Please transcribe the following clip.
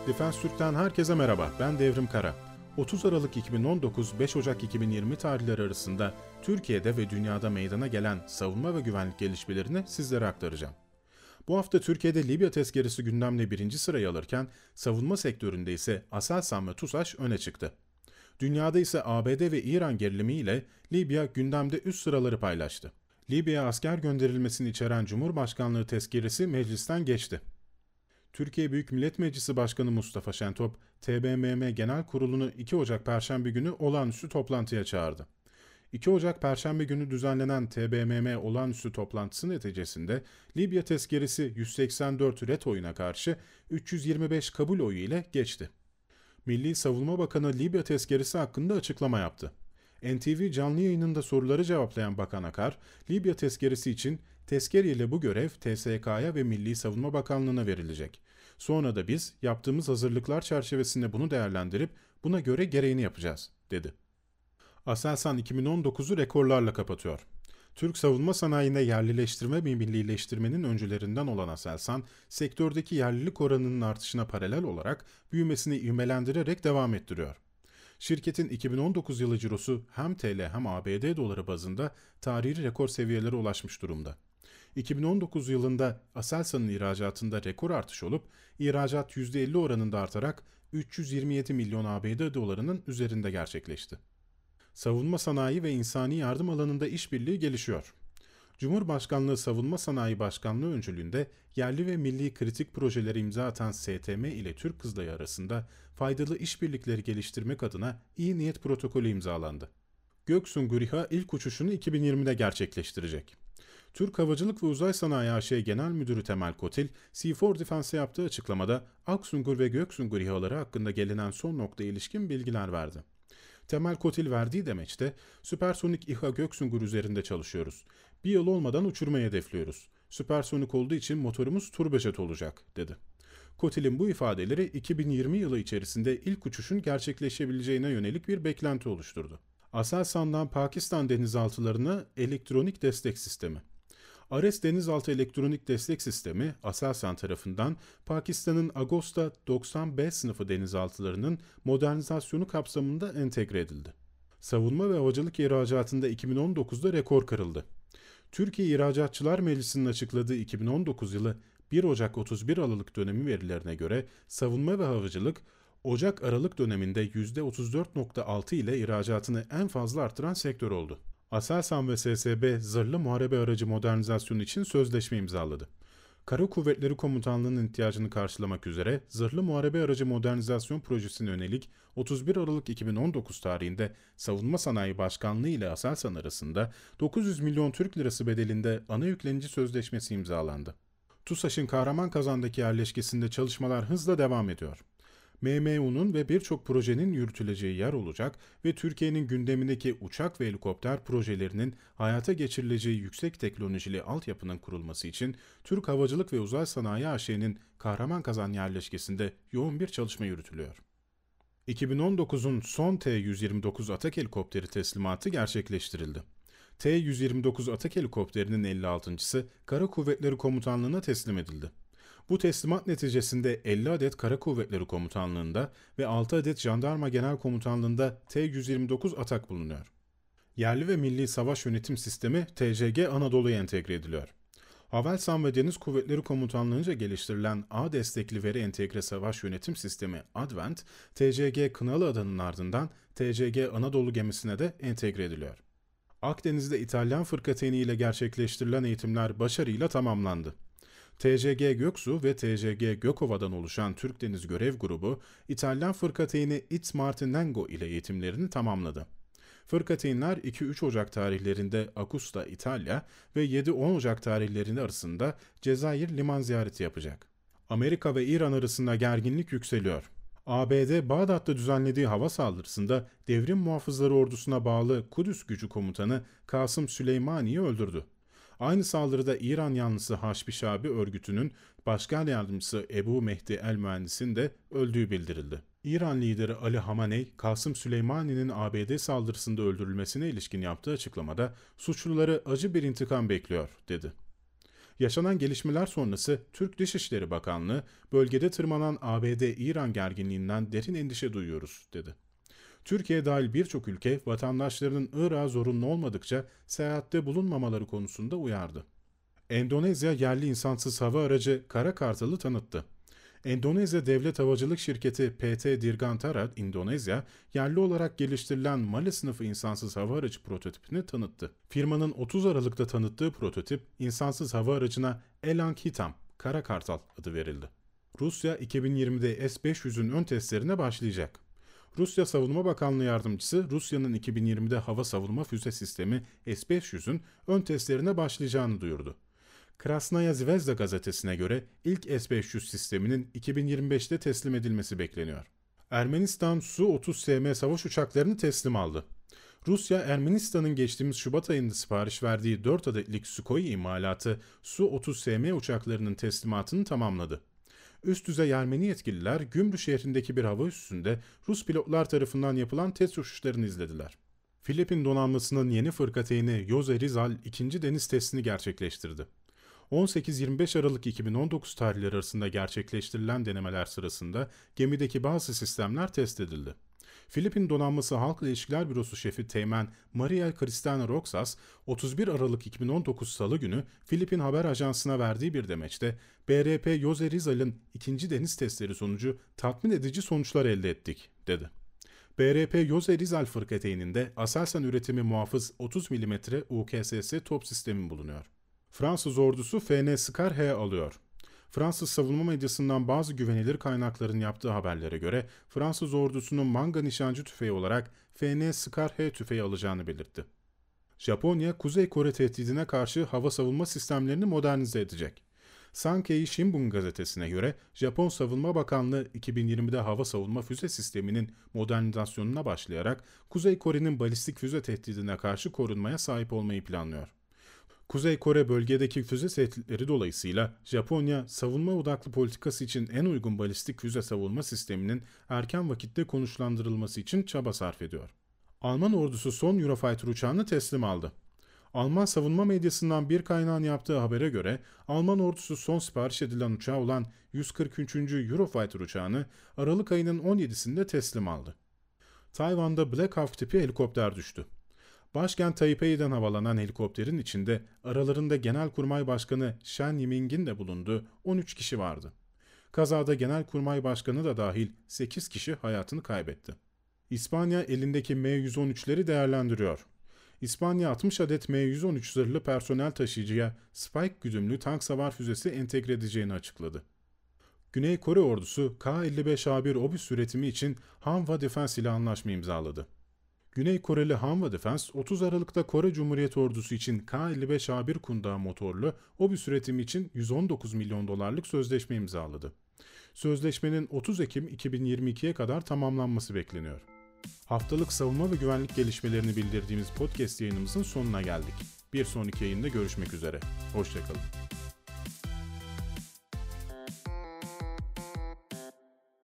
Defense Türk'ten herkese merhaba, ben Devrim Kara. 30 Aralık 2019-5 Ocak 2020 tarihleri arasında Türkiye'de ve dünyada meydana gelen savunma ve güvenlik gelişmelerini sizlere aktaracağım. Bu hafta Türkiye'de Libya tezkeresi gündemle birinci sırayı alırken savunma sektöründe ise Aselsan ve TUSAŞ öne çıktı. Dünyada ise ABD ve İran gerilimiyle Libya gündemde üst sıraları paylaştı. Libya'ya asker gönderilmesini içeren Cumhurbaşkanlığı tezkeresi meclisten geçti. Türkiye Büyük Millet Meclisi Başkanı Mustafa Şentop, TBMM Genel Kurulu'nu 2 Ocak Perşembe günü olağanüstü toplantıya çağırdı. 2 Ocak Perşembe günü düzenlenen TBMM olağanüstü toplantısı neticesinde Libya tezkeresi 184 ret oyuna karşı 325 kabul oyu ile geçti. Milli Savunma Bakanı Libya tezkeresi hakkında açıklama yaptı. NTV canlı yayınında soruları cevaplayan Bakan Akar, Libya tezkeresi için tezkere ile bu görev TSK'ya ve Milli Savunma Bakanlığı'na verilecek. Sonra da biz yaptığımız hazırlıklar çerçevesinde bunu değerlendirip buna göre gereğini yapacağız, dedi. Aselsan 2019'u rekorlarla kapatıyor. Türk savunma sanayine yerlileştirme ve millileştirmenin öncülerinden olan Aselsan, sektördeki yerlilik oranının artışına paralel olarak büyümesini ivmelendirerek devam ettiriyor. Şirketin 2019 yılı cirosu hem TL hem ABD doları bazında tarihi rekor seviyelere ulaşmış durumda. 2019 yılında Aselsan'ın ihracatında rekor artış olup ihracat %50 oranında artarak 327 milyon ABD dolarının üzerinde gerçekleşti. Savunma sanayi ve insani yardım alanında işbirliği gelişiyor. Cumhurbaşkanlığı Savunma Sanayi Başkanlığı öncülüğünde yerli ve milli kritik projelere imza atan STM ile Türk Kızılayı arasında faydalı işbirlikleri geliştirmek adına iyi niyet protokolü imzalandı. Göksun İHA ilk uçuşunu 2020'de gerçekleştirecek. Türk Havacılık ve Uzay Sanayi AŞ Genel Müdürü Temel Kotil, C4 Defense'e yaptığı açıklamada Aksungur ve Göksungur İHA'ları hakkında gelinen son noktaya ilişkin bilgiler verdi. Temel Kotil verdiği demeçte, süpersonik İHA Göksungur üzerinde çalışıyoruz. Bir yıl olmadan uçurmayı hedefliyoruz. Süpersonik olduğu için motorumuz turbojet olacak, dedi. Kotil'in bu ifadeleri 2020 yılı içerisinde ilk uçuşun gerçekleşebileceğine yönelik bir beklenti oluşturdu. Aselsan'dan Pakistan denizaltılarına elektronik destek sistemi. Ares Denizaltı Elektronik Destek Sistemi, Aselsan tarafından Pakistan'ın Agosta 90B sınıfı denizaltılarının modernizasyonu kapsamında entegre edildi. Savunma ve havacılık ihracatında 2019'da rekor kırıldı. Türkiye İhracatçılar Meclisi'nin açıkladığı 2019 yılı 1 Ocak-31 Aralık dönemi verilerine göre savunma ve havacılık, Ocak-Aralık döneminde %34.6 ile ihracatını en fazla artıran sektör oldu. Aselsan ve SSB zırhlı muharebe aracı modernizasyonu için sözleşme imzaladı. Kara Kuvvetleri Komutanlığı'nın ihtiyacını karşılamak üzere zırhlı muharebe aracı modernizasyon projesine yönelik 31 Aralık 2019 tarihinde Savunma Sanayi Başkanlığı ile Aselsan arasında 900 milyon Türk lirası bedelinde ana yüklenici sözleşmesi imzalandı. TUSAŞ'ın Kahramanmazan'daki yerleşkesinde çalışmalar hızla devam ediyor. MMU'nun ve birçok projenin yürütüleceği yer olacak ve Türkiye'nin gündemindeki uçak ve helikopter projelerinin hayata geçirileceği yüksek teknolojili altyapının kurulması için Türk Havacılık ve Uzay Sanayi AŞ'nin Kahramanmazan yerleşkesinde yoğun bir çalışma yürütülüyor. 2019'un son T-129 Atak helikopteri teslimatı gerçekleştirildi. T-129 Atak helikopterinin 56.sı Kara Kuvvetleri Komutanlığı'na teslim edildi. Bu teslimat neticesinde 50 adet Kara Kuvvetleri Komutanlığı'nda ve 6 adet Jandarma Genel Komutanlığı'nda T-129 Atak bulunuyor. Yerli ve Milli Savaş Yönetim Sistemi TCG Anadolu'ya entegre ediliyor. Havelsan ve Deniz Kuvvetleri Komutanlığı'nca geliştirilen A destekli veri entegre savaş yönetim sistemi Advent, TCG Kınalı Adanın ardından TCG Anadolu gemisine de entegre ediliyor. Akdeniz'de İtalyan fırkateyni ile gerçekleştirilen eğitimler başarıyla tamamlandı. TCG Göksu ve TCG Gökova'dan oluşan Türk Deniz Görev Grubu, İtalyan fırkateyni It's Martinengo ile eğitimlerini tamamladı. Fırkateynler 2-3 Ocak tarihlerinde Augusta, İtalya ve 7-10 Ocak tarihlerinde arasında Cezayir liman ziyareti yapacak. Amerika ve İran arasında gerginlik yükseliyor. ABD, Bağdat'ta düzenlediği hava saldırısında Devrim Muhafızları Ordusu'na bağlı Kudüs Gücü Komutanı Kasım Süleymani'yi öldürdü. Aynı saldırıda İran yanlısı Haçlı Şabi örgütünün başkan yardımcısı Ebu Mehdi el-Mühendis'in de öldüğü bildirildi. İran lideri Ali Hamaney, Kasım Süleymani'nin ABD saldırısında öldürülmesine ilişkin yaptığı açıklamada suçluları acı bir intikam bekliyor, dedi. Yaşanan gelişmeler sonrası Türk Dışişleri Bakanlığı, bölgede tırmanan ABD-İran gerginliğinden derin endişe duyuyoruz, dedi. Türkiye dahil birçok ülke vatandaşlarının Irak'a zorunlu olmadıkça seyahatte bulunmamaları konusunda uyardı. Endonezya yerli insansız hava aracı Kara Kartal'ı tanıttı. Endonezya Devlet Havacılık Şirketi PT Dirgantara Endonezya, yerli olarak geliştirilen Mali sınıfı insansız hava aracı prototipini tanıttı. Firmanın 30 Aralık'ta tanıttığı prototip, insansız hava aracına Elang Hitam, Kara Kartal adı verildi. Rusya 2020'de S-500'ün ön testlerine başlayacak. Rusya Savunma Bakanlığı Yardımcısı, Rusya'nın 2020'de hava savunma füze sistemi S-500'ün ön testlerine başlayacağını duyurdu. Krasnaya Zvezda gazetesine göre ilk S-500 sisteminin 2025'te teslim edilmesi bekleniyor. Ermenistan Su-30SM savaş uçaklarını teslim aldı. Rusya, Ermenistan'ın geçtiğimiz Şubat ayında sipariş verdiği 4 adetlik Sukhoi imalatı Su-30SM uçaklarının teslimatını tamamladı. Üst düzey Ermeni yetkililer Gümrü şehrindeki bir hava üssünde Rus pilotlar tarafından yapılan test uçuşlarını izlediler. Filipin donanmasının yeni fırkateyni Jose Rizal ikinci deniz testini gerçekleştirdi. 18-25 Aralık 2019 tarihleri arasında gerçekleştirilen denemeler sırasında gemideki bazı sistemler test edildi. Filipin Donanması Halkla İlişkiler Bürosu Şefi Teğmen Maria Cristina Roxas, 31 Aralık 2019 Salı günü Filipin Haber Ajansı'na verdiği bir demeçte, BRP Jose Rizal'ın ikinci deniz testleri sonucu tatmin edici sonuçlar elde ettik, dedi. BRP Jose Rizal fırkateyninde Aselsan üretimi muhafız 30 mm UKSS top sistemi bulunuyor. Fransız ordusu FN Scar H alıyor. Fransız savunma medyasından bazı güvenilir kaynakların yaptığı haberlere göre Fransız ordusunun manga nişancı tüfeği olarak FN Scar H tüfeği alacağını belirtti. Japonya, Kuzey Kore tehdidine karşı hava savunma sistemlerini modernize edecek. Sankei Shimbun gazetesine göre Japon Savunma Bakanlığı 2020'de hava savunma füze sisteminin modernizasyonuna başlayarak Kuzey Kore'nin balistik füze tehdidine karşı korunmaya sahip olmayı planlıyor. Kuzey Kore bölgedeki füze tehditleri dolayısıyla Japonya, savunma odaklı politikası için en uygun balistik füze savunma sisteminin erken vakitte konuşlandırılması için çaba sarf ediyor. Alman ordusu son Eurofighter uçağını teslim aldı. Alman savunma medyasından bir kaynağın yaptığı habere göre Alman ordusu son sipariş edilen uçağı olan 143. Eurofighter uçağını Aralık ayının 17'sinde teslim aldı. Tayvan'da Black Hawk tipi helikopter düştü. Başkent Taipei'den havalanan helikopterin içinde aralarında Genelkurmay Başkanı Shen Yiming'in de bulunduğu 13 kişi vardı. Kazada Genelkurmay Başkanı da dahil 8 kişi hayatını kaybetti. İspanya elindeki M113'leri değerlendiriyor. İspanya 60 adet M113 zırhlı personel taşıyıcıya Spike güdümlü tank savar füzesi entegre edeceğini açıkladı. Güney Kore ordusu K-55A1 obüs üretimi için Hanwha Defense ile anlaşma imzaladı. Güney Koreli Hanwha Defense, 30 Aralık'ta Kore Cumhuriyeti Ordusu için K-55A1 kundağı motorlu obüs üretimi için 119 milyon dolarlık sözleşme imzaladı. Sözleşmenin 30 Ekim 2022'ye kadar tamamlanması bekleniyor. Haftalık savunma ve güvenlik gelişmelerini bildirdiğimiz podcast yayınımızın sonuna geldik. Bir sonraki yayında görüşmek üzere. Hoşça kalın.